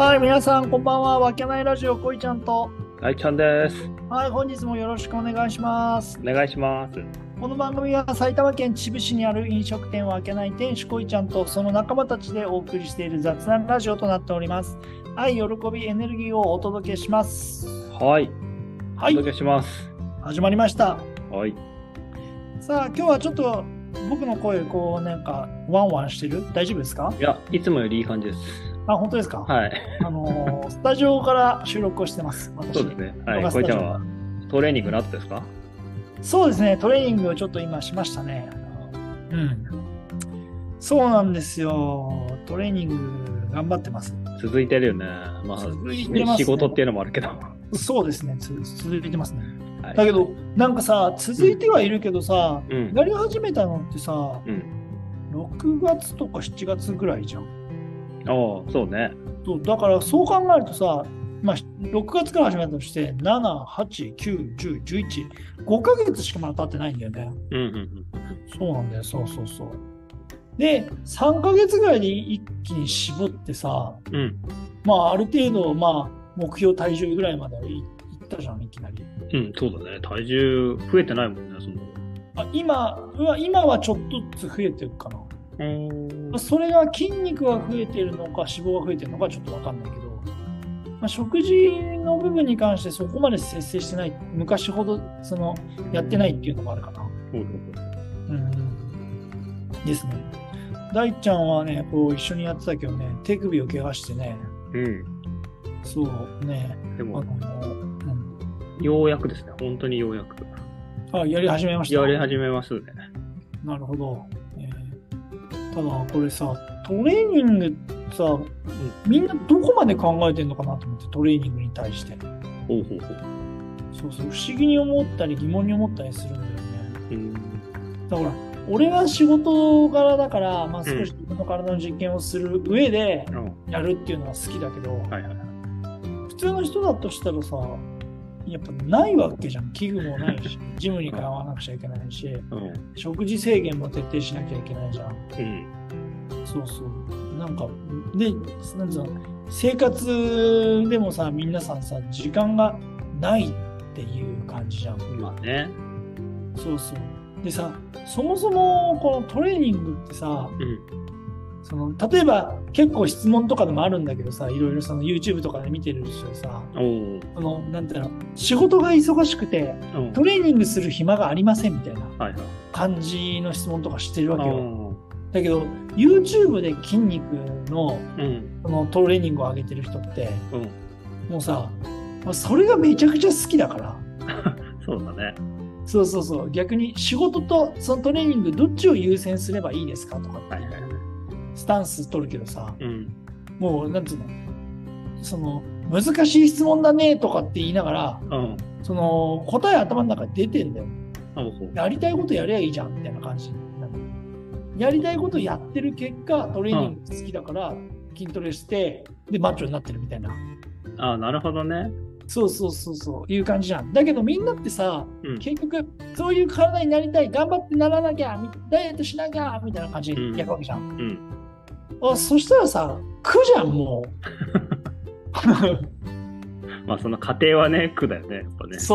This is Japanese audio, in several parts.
はい、皆さん、こんばんは。わけないラジオ、こいちゃんと。 大ちゃんです。 はい、本日もよろしくお願いします。 お願いします。 この番組は埼玉県秩父市にある飲食店わけない店主こいちゃんとその仲間たちでお送りしている雑談ラジオとなっております。愛、喜び、エネルギーをお届けします。 はい。 はい、 お届けします。 始まりました。 はい。 さあ、今日はちょっと僕の声、ワンワンしてる？大丈夫ですか？ いや、いつもよりいい感じです。 あ、本当ですか？ はい。 スタジオから収録をしてます。 そうですね。はい。こいちゃんはトレーニングの後ですか？ そうですね。トレーニングをちょっと今しましたね。うん。そうなんですよ。トレーニング頑張ってます。 続いてるよね。まあ、 続いてますね。 仕事っていうのもあるけど。 そうですね。続いてますね。 はい、 だけど、なんかさ、続いてはいるけどさ、 うん、 やり始めたのってさ、 うん、 6月とか7月ぐらいじゃん。 ああ、そうね。 そうだからそう考えるとさ、まあ、6月から始めたとして、7、8、9、10、11、5ヶ月しかまだ経ってないんだよね。 うん、うん、 そうなんだよ。そうそうそう。で、3ヶ月ぐらいで一気に絞ってさ、 うん。 まあ、ある程度、まあ、目標体重ぐらいまでいったじゃん、いきなり。 うん、そうだね。体重増えてないもんね、その。 今はちょっとずつ増えてるかな。それが筋肉が増えてるのか、脂肪が増えてるのかちょっとわかんないけど、まあ、食事の部分に関してそこまで節制してない、昔ほどやってないっていうのもあるかな。ですね。大ちゃんはね、こう一緒にやってたけどね、手首を怪我してね。 うん。 そうね。 でも、ようやくですね。本当にようやく。 やり始めました。 やり始めますね。 なるほど。ただ、これさ、トレーニングさ、みんなどこまで考えてんのかなと思って、トレーニングに対して。 ほうほうほう。 そうそう、不思議に思ったり疑問に思ったりするんだよね。だから、俺は仕事柄だから、まあ、少し自分の体の実験をする上でやるっていうのは好きだけど、普通の人だとしたらさ、やっぱないわけじゃん。器具もないし、ジムに通わなくちゃいけないし、食事制限も徹底しなきゃいけないじゃん。そうそう。なんか、で、なんつうの、生活でもさ、皆さんさ、時間がないっていう感じじゃん。 まあね。 そうそう。でさ、そもそもこのトレーニングってさ、例えば結構質問とかでもあるんだけどさ、いろいろYouTube とかで見てる人さ、なんていうの、仕事が忙しくてトレーニングする暇がありませんみたいな感じの質問とかしてるわけよ。だけど YouTube で筋肉の、そのトレーニングを上げてる人って、もうさ、それがめちゃくちゃ好きだから。 そうだね。 そうそうそう。逆に仕事とそのトレーニングどっちを優先すればいいですかとかってスタンス取るけどさ、もうなんていうの、難しい質問だねとかって言いながら、答え頭の中に出てんだよ。やりたいことやりゃいいじゃんみたいな感じになる。やりたいことやってる結果、トレーニング好きだから筋トレしてでマッチョになってるみたいな。 なるほどね。 そういう感じじゃん。だけどみんなってさ、結局そういう体になりたい、頑張ってならなきゃ、ダイエットしなきゃみたいな感じでやるわけじゃん。そしたらさ、苦じゃんもう。 まあその過程はね、苦だよね。やっぱね。 そう。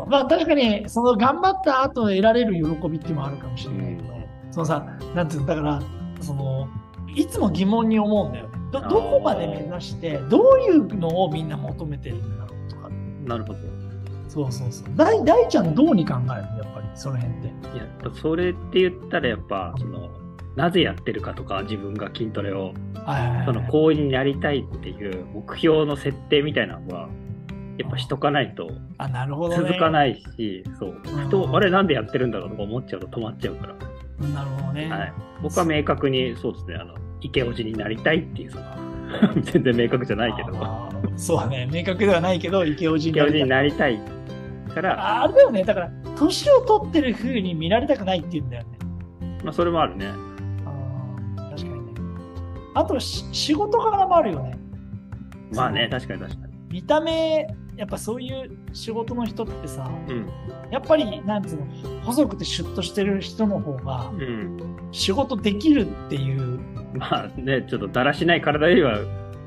まあ確かに頑張った後得られる喜びっていうのもあるかもしれないけど、なんていうの、だからいつも疑問に思うんだよね。どこまで目指してどういうのをみんな求めてるんだろうとか。 なるほど。 そう。大ちゃんどうに考えるのやっぱりその辺って。 いや、それって言ったらやっぱなぜやってるかとか自分が筋トレをその行為になりたいっていう目標の設定みたいなのはやっぱしとかないと続かないし、あれなんでやってるんだろうとか思っちゃうと止まっちゃうから。 なるほどね。 はい、僕は明確にそうですね、イケオジになりたいっていう全然明確じゃないけど。 そうだね、明確ではないけどイケオジになりたいから。 あれだよね、だから年を取ってる風に見られたくないっていうんだよね。 まあそれもあるね。 確かにね。あと仕事柄もあるよね。 まあね、確かに。 見た目やっぱそういう仕事の人ってさ、やっぱりなんつうの、細くてシュッとしてる人の方が仕事できるっていう。 まあね、ちょっとだらしない体よりは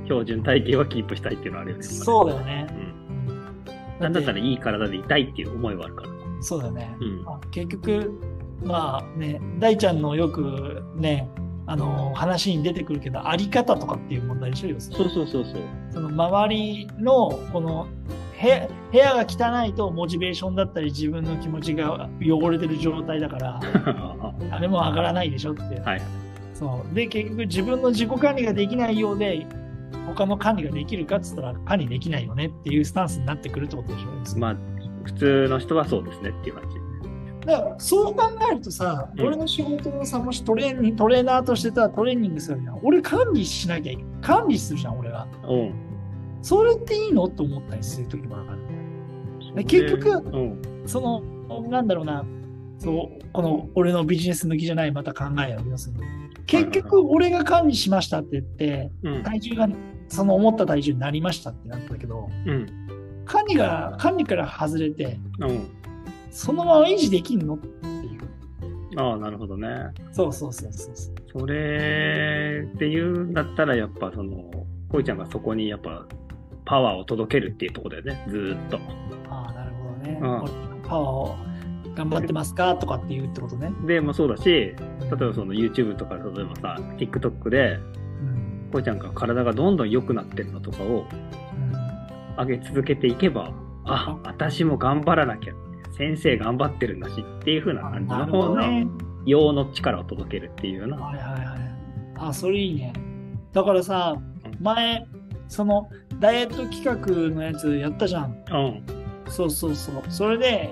標準体型はキープしたいっていうのはあるよね。 そうだよね。 なんだったらいい体でいたいっていう思いはあるから。 そうだよね。結局、まあね、大ちゃんのよくね、話に出てくるけど、あり方とかっていう問題でしょ、要するに。 そう。 その周りの、この部屋が汚いとモチベーションだったり自分の気持ちが汚れてる状態だからあれも上がらないでしょって、はい、そうで結局自分の自己管理ができないようで他の管理ができるかっつったら管理できないよねっていうスタンスになってくるってことでしょ。 まあ普通の人はそうですねっていう感じだからそう考えるとさ、俺の仕事のさ、もしトレーナーとしてたトレーニングするじゃん、俺管理しなきゃいけない、管理するじゃん俺が、それっていいのと思ったりする時もある。結局、そのなんだろうな、そうこの俺のビジネス向きじゃないまた考えを要するに結局俺が管理しましたって言って、体重がその思った体重になりましたってなったけど、管理から外れて、そのまま維持できんのっていう。 ああ、なるほどね。 そう。 それっていうんだったらやっぱこいちゃんがそこにやっぱパワーを届けるっていうところだよね、ずーっと。 ああ、なるほどね。パワーを頑張ってますかとかっていうってことね。 でもそうだし、例えばYouTube とか例えばさ、TikTok で、こいちゃんが体がどんどん良くなってるのとかを上げ続けていけば、私も頑張らなきゃ。先生頑張ってるんだしっていう風な感じの方の用の力を届けるっていうような。 それいいね。だからさ、前ダイエット企画のやつやったじゃん。そう。それで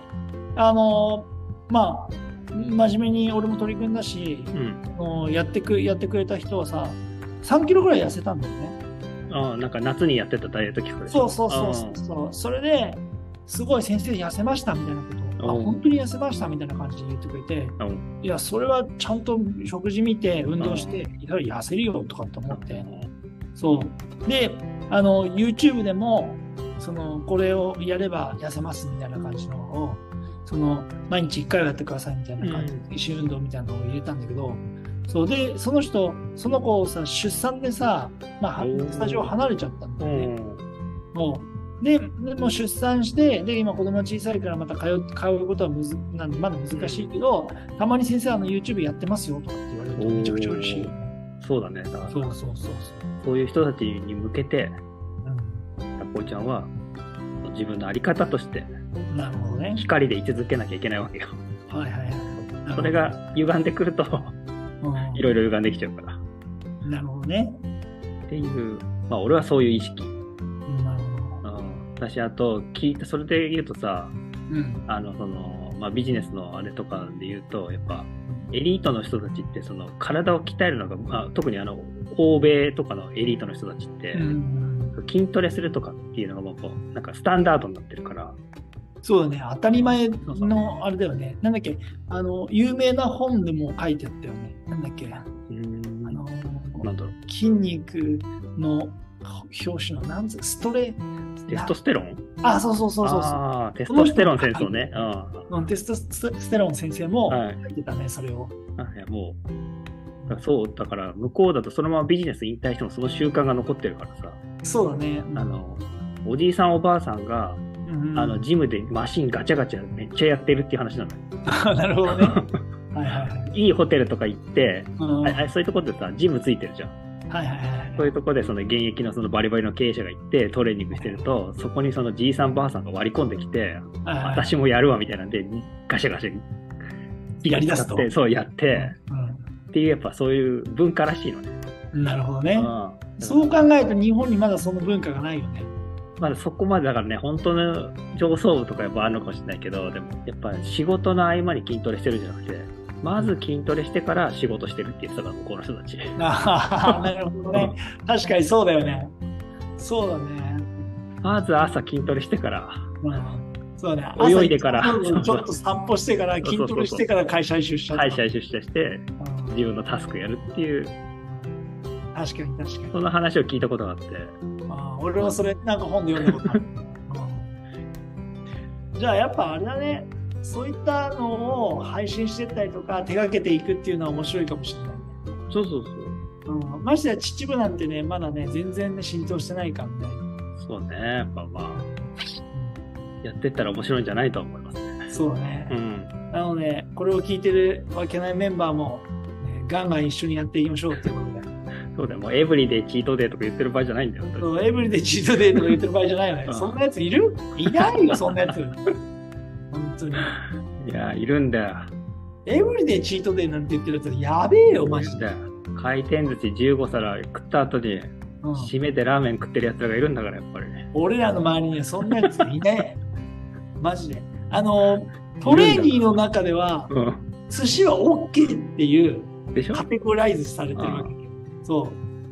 まあ真面目に俺も取り組んだし、やってくれた人はさ、3キロぐらい痩せたんだよね。 なんか夏にやってたダイエット企画でそう。それですごい先生痩せましたみたいなことを、本当に痩せましたみたいな感じで言ってくれて、いやそれはちゃんと食事見て運動して痩せるよとかって思って、そうでYouTube でもこれをやれば痩せますみたいな感じのを毎日1回はやってくださいみたいな感じで自主運動みたいなのを入れたんだけど、そうでその子をさ出産でさ、スタジオ離れちゃったんだよね。でも出産してで今子供小さいからまた通うことはまだ難しいけど、たまに先生YouTube やってますよとかって言われるとめちゃくちゃ嬉しいよね。 そうだね。だからそういう人たちに向けて、こいちゃんは自分の在り方として、 なるほどね、 光で居続けなきゃいけないわけよ。それが歪んでくるといろいろ歪んできちゃうから。 なるほどね。 っていう、俺はそういう意識。私あとそれで言うとさ、ビジネスのあれとかで言うとやっぱエリートの人たちって体を鍛えるのが、特に欧米とかのエリートの人たちって、筋トレするとかっていうのがもうなんかスタンダードになってるから。 そうだね、当たり前のあれだよね。なんだっけ、有名な本でも書いてあったよね。なんだっけ、 なんだろう、 筋肉の表紙のテストステロン？ そう。 テストステロン先生ね。 テストステロン先生も書いてたね、それを。 もうそうだから向こうだとそのままビジネス引退してもその習慣が残ってるからさ。 そうだね。 おじいさんおばあさんがジムでマシンガチャガチャめっちゃやってるっていう話なんだよ。 なるほどね。 いいホテルとか行って、そういうところでさジムついてるじゃん。そういうところで現役のバリバリの経営者が行ってトレーニングしてると、そこにじいさんばあさんが割り込んできて、私もやるわみたいなんでガシャガシャやりだすと、 そうやって、っていうやっぱそういう文化らしいのね。 なるほどね。そう考えると日本にまだその文化がないよね。 まだそこまでだからね、本当の上層部とかやっぱあるのかもしれないけど、でもやっぱ仕事の合間に筋トレしてるんじゃなくて、まず筋トレしてから仕事してるって言ってたから、向こうの人たち。 なるほどね。確かにそうだよね。そうだね。 まず朝筋トレしてから、 そうね、 泳いでから、 ちょっと散歩してから、筋トレしてから会社に出社して、自分のタスクやるっていう。 確かに。 その話を聞いたことがあって。 俺はそれ、なんか本で読んだことある。じゃあやっぱあれだね。そういったのを配信していったりとか手掛けていくっていうのは面白いかもしれないね。 そう。 ましてや秩父なんてね、まだね、全然ね、浸透してないからね。 そうね。やっぱまあ、やってったら面白いんじゃないと思いますね。 そうね。なので、これを聞いてるわけないメンバーも、ね、ガンガン一緒にやっていきましょうっていうことで。 そうだよ。もうエブリデイチートデーとか言ってる場合じゃないんだよ。 そう、エブリデイチートデーとか言ってる場合じゃないよね。そんなやついる？いないよ、そんなやつ。本当に。 いや、いるんだよ。 エブリデイチートデーなんて言ってるやつやべえよ、マジで。 回転寿司15皿食った後に、締めてラーメン食ってるやつらがいるんだから、やっぱりね。 俺らの周りにはそんなやついねえ。マジで。トレーニーの中では、寿司は OK っていうカテゴライズされてるわけ。そう。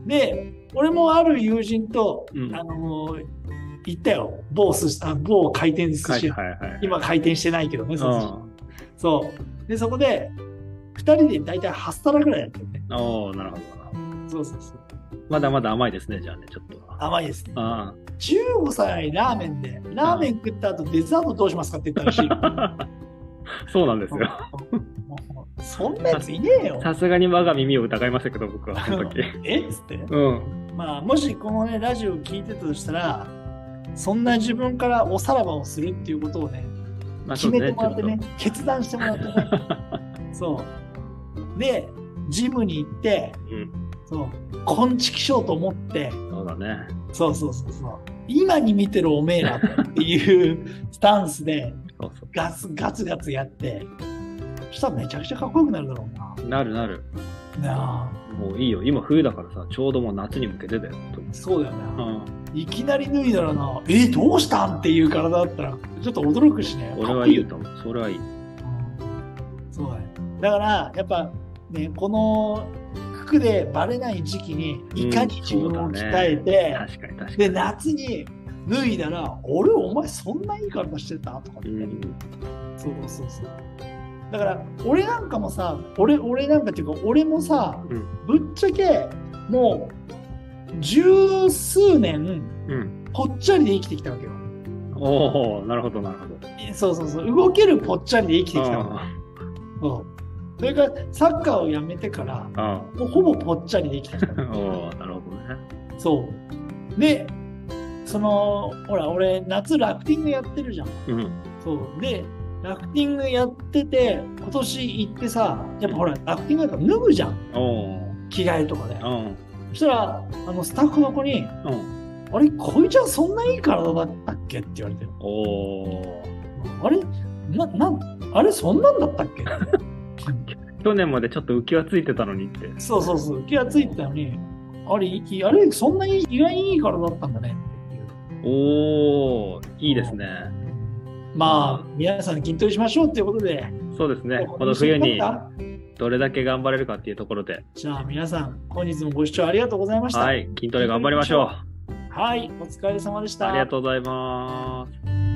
で、俺もある友人と、行ったよ。某回転寿司。今回転してないけどね、そう。で、そこで、2人で大体8皿ぐらいやってるね。 なるほど。 そうそうそう。 まだまだ甘いですね、じゃあね、ちょっと。 甘いですね。15歳ラーメンで、ラーメン食った後デザートどうしますかって言ったらしい。 そうなんですよ。 そんなやついねえよ。 さすがに我が耳を疑いましたけど、僕は、その時。 えっつって。まあ、もしこのね、ラジオを聞いてたとしたら、そんな自分からおさらばをするっていうことをね、決めてもらってね、決断してもらってね。そう。で、ジムに行って、そう、こんちきしようと思って、 そうだね。 そう。今に見てるおめえらっていうスタンスで、ガツガツやって、そしたらめちゃくちゃかっこよくなるだろうな。 なる。 なあ。 もういいよ。今冬だからさ、ちょうどもう夏に向けてだよ。 そうだよね。いきなり脱いだらな、どうしたんっていう体だったら、ちょっと驚くしね。 俺はいいと思う。それはいい。 そうだね。だから、やっぱね、この服でバレない時期に、いかに自分を鍛えて、 確かに。 で、夏に脱いだら、お前そんないい体してたとかって。そう。だから、俺なんかもさ、俺なんかっていうか、俺もさ、ぶっちゃけ、もう、十数年、ぽっちゃりで生きてきたわけよ。 おお、なるほど。 そう。動けるぽっちゃりで生きてきたわけ。それから、サッカーをやめてから、もうほぼぽっちゃりで生きてきた。 なるほどね。 そう。で、ほら、俺、夏ラフティングやってるじゃん。そう。で、ラフティングやってて、今年行ってさ、やっぱほら、ラフティングなんか脱ぐじゃん。着替えとかで。そしたら、スタッフの子に、あれ、こいちゃんそんないい体だったっけって言われてる。あれあれ、そんなんだったっけ去年までちょっと浮きはついてたのにって。 そう。浮きはついてたのに、あれ、そんなに意外にいい体だったんだねっていう。 おー、いいですね。 まあ、皆さん筋トレしましょうっていうことで。 そうですね。この冬にどれだけ頑張れるかっていうところで。 じゃあ皆さん、本日もご視聴ありがとうございました。 はい、筋トレ頑張りましょう。 はい、お疲れ様でした。 ありがとうございます。